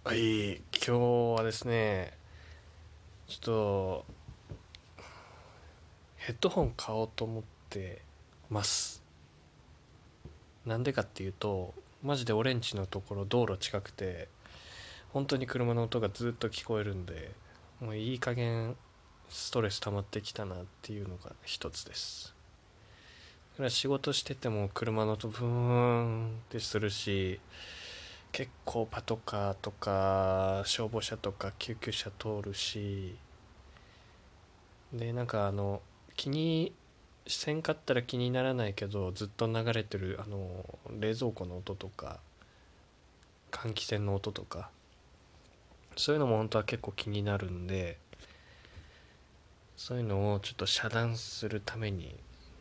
はい、今日はですね、ちょっとヘッドホン買おうと思ってます。なんでかっていうと、マジで俺んちのところ道路近くて、本当に車の音がずっと聞こえるんで、もういい加減ストレス溜まってきたなっていうのが一つです。だから仕事してても車の音ブーンってするし、結構パトカーとか消防車とか救急車通るし、で気にせんかったら気にならないけどずっと流れてる冷蔵庫の音とか換気扇の音とか、そういうのも本当は結構気になるんで、そういうのをちょっと遮断するために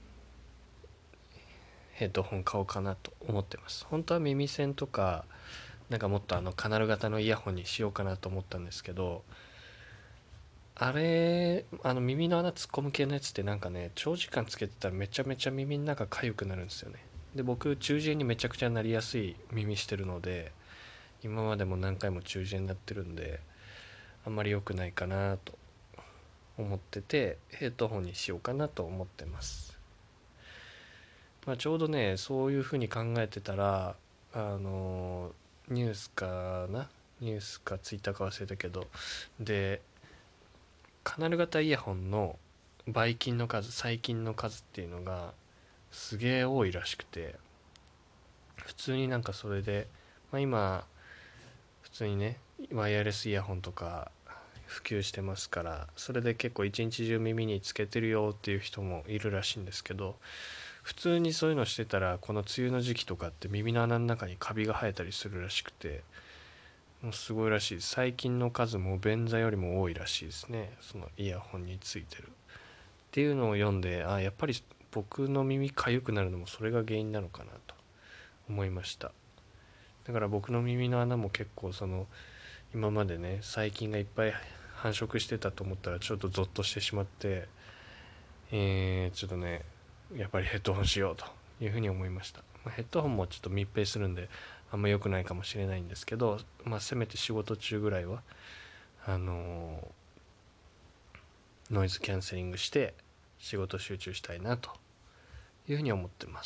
ヘッドホン買おうかなと思ってます。本当は耳栓とかもっとカナル型のイヤホンにしようかなと思ったんですけど、あれ耳の穴突っ込む系のやつって長時間つけてたらめちゃめちゃ耳の中痒くなるんですよね。で僕中耳炎にめちゃくちゃなりやすい耳してるので、今までも何回も中耳炎になってるんで、あんまり良くないかなと思っててヘッドホンにしようかなと思ってます。ちょうどねそういう風に考えてたら、ニュースかな、ニュースかツイッターか忘れたけど、でカナル型イヤホンの細菌の数っていうのがすげえ多いらしくて、普通にそれで、今普通にねワイヤレスイヤホンとか普及してますから、それで結構一日中耳につけてるよっていう人もいるらしいんですけど、普通にそういうのしてたらこの梅雨の時期とかって耳の穴の中にカビが生えたりするらしくて、もうすごいらしいです。細菌の数も便座よりも多いらしいですね、そのイヤホンについてるっていうのを読んで、やっぱり僕の耳かゆくなるのもそれが原因なのかなと思いました。だから僕の耳の穴も結構今までね細菌がいっぱい繁殖してたと思ったらちょっとゾッとしてしまって、ちょっとねやっぱりヘッドホンしようというふうに思いました。ヘッドホンもちょっと密閉するんであんま良くないかもしれないんですけど、せめて仕事中ぐらいはあのノイズキャンセリングして仕事集中したいなというふうに思ってます。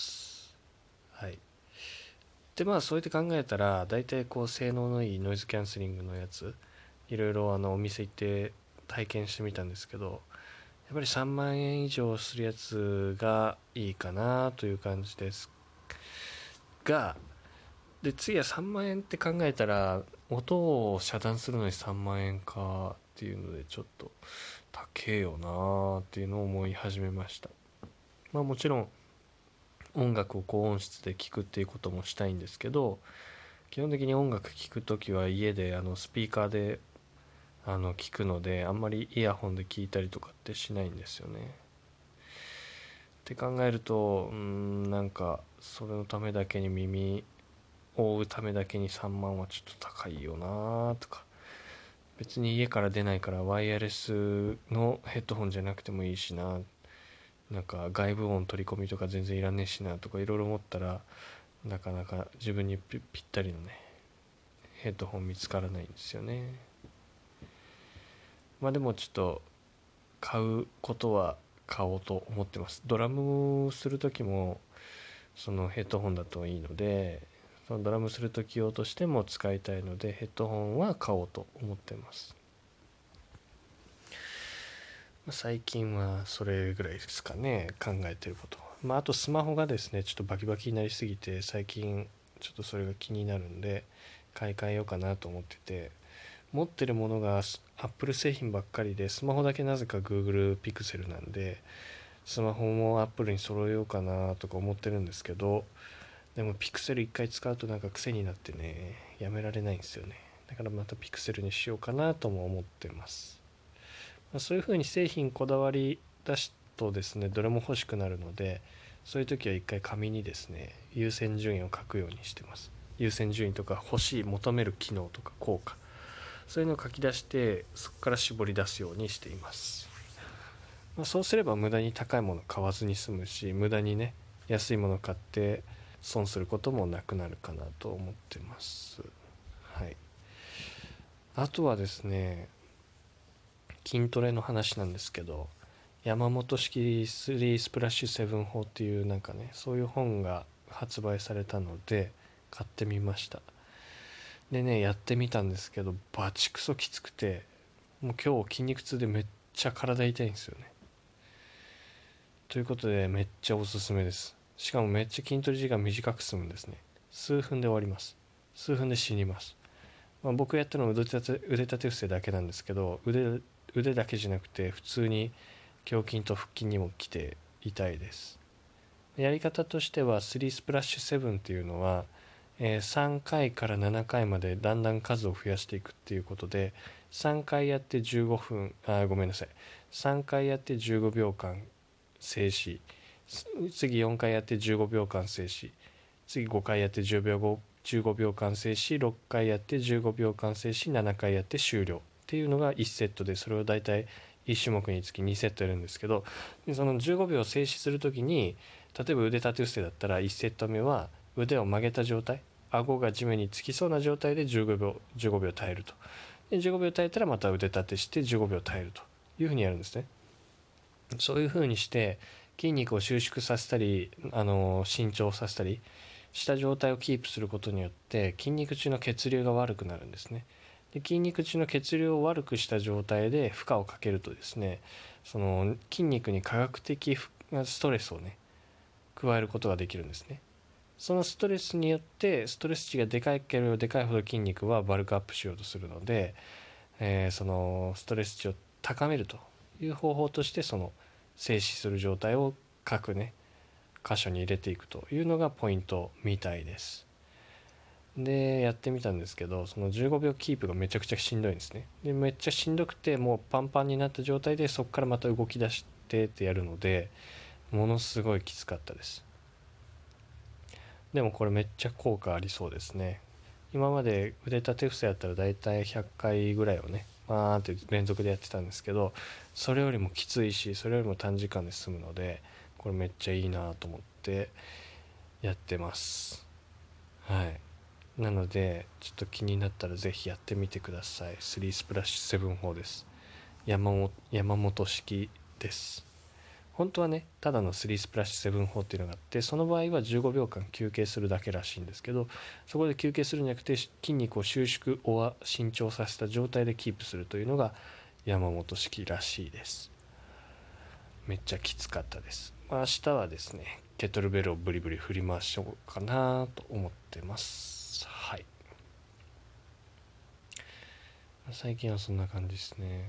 はい。でそうやって考えたら大体こう性能のいいノイズキャンセリングのやついろいろお店行って体験してみたんですけど、やっぱり3万円以上するやつがいいかなという感じですが、で次は3万円って考えたら音を遮断するのに3万円かっていうので、ちょっと高えよなーっていうのを思い始めました。もちろん音楽を高音質で聴くっていうこともしたいんですけど、基本的に音楽聴くときは家でスピーカーで聞くので、あんまりイヤホンで聞いたりとかってしないんですよね。って考えるとそれのためだけに耳を覆うためだけに3万はちょっと高いよなとか、別に家から出ないからワイヤレスのヘッドホンじゃなくてもいいしな、外部音取り込みとか全然いらねえしなとかいろいろ思ったら、なかなか自分にぴったりのねヘッドホン見つからないんですよね。でもちょっと買うことは買おうと思ってます。ドラムする時もそのヘッドホンだといいので、そのドラムする時用としても使いたいのでヘッドホンは買おうと思ってます。最近はそれぐらいですかね、考えてること。あとスマホがですねちょっとバキバキになりすぎて最近ちょっとそれが気になるんで買い替えようかなと思ってて、持ってるものが Apple 製品ばっかりで、スマホだけなぜか Google Pixel なんで、スマホも Apple に揃えようかなとか思ってるんですけど、でも Pixel 一回使うと癖になってねやめられないんですよね。だからまた Pixel にしようかなとも思ってます。そういう風に製品こだわり出すとですねどれも欲しくなるので、そういう時は一回紙にですね優先順位を書くようにしてます。優先順位とか欲しい求める機能とか効果、そういうのを書き出してそこから絞り出すようにしています。そうすれば無駄に高いもの買わずに済むし、無駄にね安いもの買って損することもなくなるかなと思ってます。はい。 あとはですね、筋トレの話なんですけど、山本式3スプラッシュ7法っていうなんかね、そういう本が発売されたので買ってみました。でね、やってみたんですけど、バチクソきつくて、もう今日筋肉痛でめっちゃ体痛いんですよね。ということでめっちゃおすすめです。しかもめっちゃ筋トレ時間短く済むんですね。数分で終わります。数分で死にます。僕やったのは腕立て伏せだけなんですけど、腕だけじゃなくて普通に胸筋と腹筋にも来て痛いです。やり方としては3スプラッシュ7っていうのは、3回から7回までだんだん数を増やしていくっていうことで、3回やって15分、ごめんなさい、3回やって15秒間静止、次4回やって15秒間静止、次5回やって15秒間静止、6回やって15秒間静止、7回やって終了っていうのが1セットで、それをだいたい1種目につき2セットやるんですけど、でその15秒静止するときに、例えば腕立て伏せだったら1セット目は腕を曲げた状態、顎が地面につきそうな状態で15秒耐えると。で15秒耐えたらまた腕立てして15秒耐えるというふうにやるんですね。そういうふうにして筋肉を収縮させたり、伸長させたりした状態をキープすることによって筋肉中の血流が悪くなるんですね。で筋肉中の血流を悪くした状態で負荷をかけるとですね、その筋肉に科学的ストレスをね加えることができるんですね。そのストレスによって、ストレス値がでかいければでかいほど筋肉はバルクアップしようとするので、そのストレス値を高めるという方法として、その静止する状態を各ね箇所に入れていくというのがポイントみたいです。でやってみたんですけど、その15秒キープがめちゃくちゃしんどいんですね。でめっちゃしんどくて、もうパンパンになった状態でそこからまた動き出してってやるので、ものすごいきつかったです。でもこれめっちゃ効果ありそうですね。今まで腕立て伏せやったらだいたい100回ぐらいをねバーンって連続でやってたんですけど、それよりもきついし、それよりも短時間で済むので、これめっちゃいいなと思ってやってます。はい。なのでちょっと気になったらぜひやってみてください。3スプラッシュ7法です。山本式です。本当はねただの3スプラッシュ7法っていうのがあって、その場合は15秒間休憩するだけらしいんですけど、そこで休憩するんじゃなくて筋肉を収縮伸長させた状態でキープするというのが山本式らしいです。めっちゃきつかったです。明日はですねケトルベルをブリブリ振り回しようかなと思ってます。はい、最近はそんな感じですね。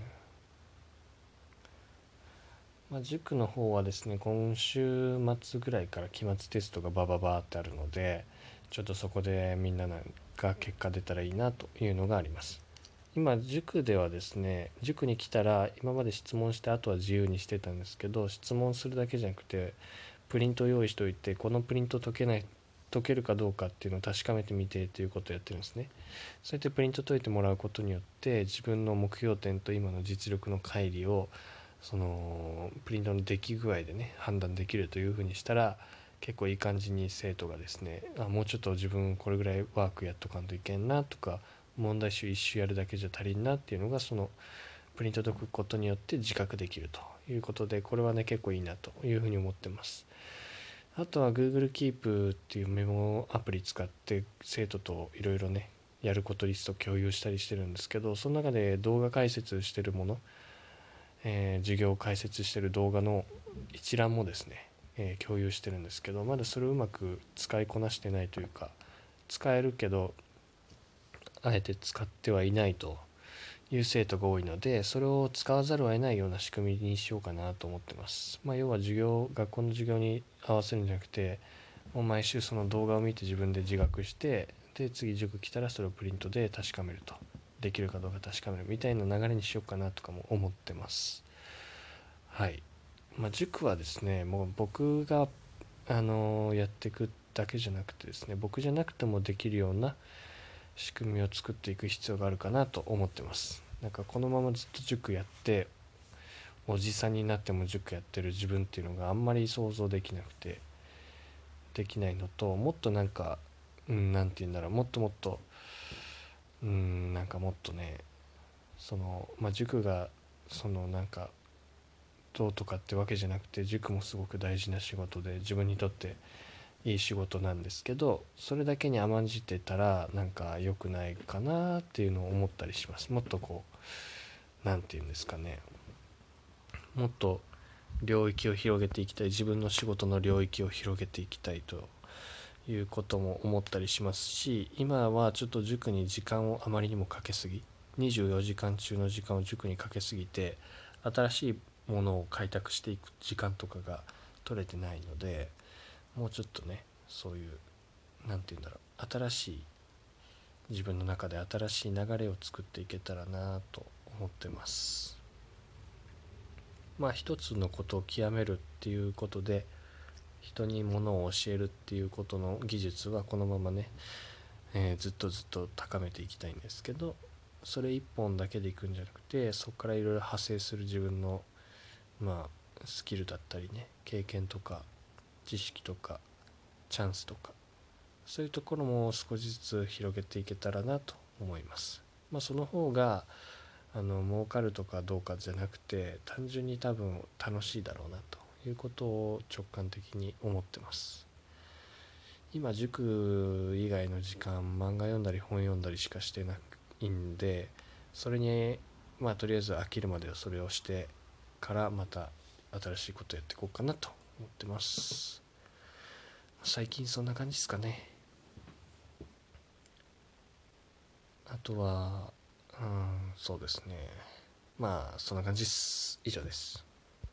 塾の方はですね、今週末ぐらいから期末テストがバババーってあるので、ちょっとそこでみんなが結果出たらいいなというのがあります。今塾ではですね、塾に来たら今まで質問してあとは自由にしてたんですけど、質問するだけじゃなくてプリントを用意しておいて、このプリント解けるかどうかっていうのを確かめてみてということをやってるんですね。そうやってプリント解いてもらうことによって、自分の目標点と今の実力の乖離をそのプリントの出来具合でね判断できるというふうにしたら、結構いい感じに生徒がですね、もうちょっと自分これぐらいワークやっとかんといけんなとか、問題集一周やるだけじゃ足りんなっていうのが、そのプリント解くことによって自覚できるということで、これはね結構いいなというふうに思ってます。あとは Google Keep っていうメモアプリ使って生徒といろいろねやることリスト共有したりしてるんですけど、その中で動画解説してるもの、授業を解説してる動画の一覧もですね、共有してるんですけど、まだそれをうまく使いこなしてないというか、使えるけどあえて使ってはいないという生徒が多いので、それを使わざるを得ないような仕組みにしようかなと思ってます。要は学校の授業に合わせるんじゃなくて、もう毎週その動画を見て自分で自学して、で次塾来たらそれをプリントで確かめると、できるかどうか確かめるみたいな流れにしようかなとかも思ってます。はい。塾はですね、もう僕がやっていくだけじゃなくてですね、僕じゃなくてもできるような仕組みを作っていく必要があるかなと思ってます。なんかこのままずっと塾やっておじさんになっても塾やってる自分っていうのがあんまり想像できなくて、できないのと、もっとなんて言うんだろう、もっとなんかもっとね塾がなんかどうとかってわけじゃなくて、塾もすごく大事な仕事で自分にとっていい仕事なんですけど、それだけに甘んじてたらなんか良くないかなっていうのを思ったりします。もっとなんていうんですかね、もっと領域を広げていきたい、自分の仕事の領域を広げていきたいということも思ったりしますし、今はちょっと塾に時間をあまりにもかけすぎ、24時間中の時間を塾にかけすぎて、新しいものを開拓していく時間とかが取れてないので、もうちょっとね、そういうなんていうんだろう、新しい、自分の中で新しい流れを作っていけたらなと思ってます。一つのことを極めるっていうことで、人にものを教えるっていうことの技術はこのままね、ずっとずっと高めていきたいんですけど、それ一本だけでいくんじゃなくて、そこからいろいろ派生する自分のスキルだったりね、経験とか知識とかチャンスとか、そういうところも少しずつ広げていけたらなと思います。その方が儲かるとかどうかじゃなくて、単純に多分楽しいだろうなということを直感的に思ってます。今塾以外の時間、漫画読んだり本読んだりしかしてないんで、それにとりあえず飽きるまではそれをしてからまた新しいことやっていこうかなと思ってます。最近そんな感じですかね。あとはそうですね、そんな感じです。以上です。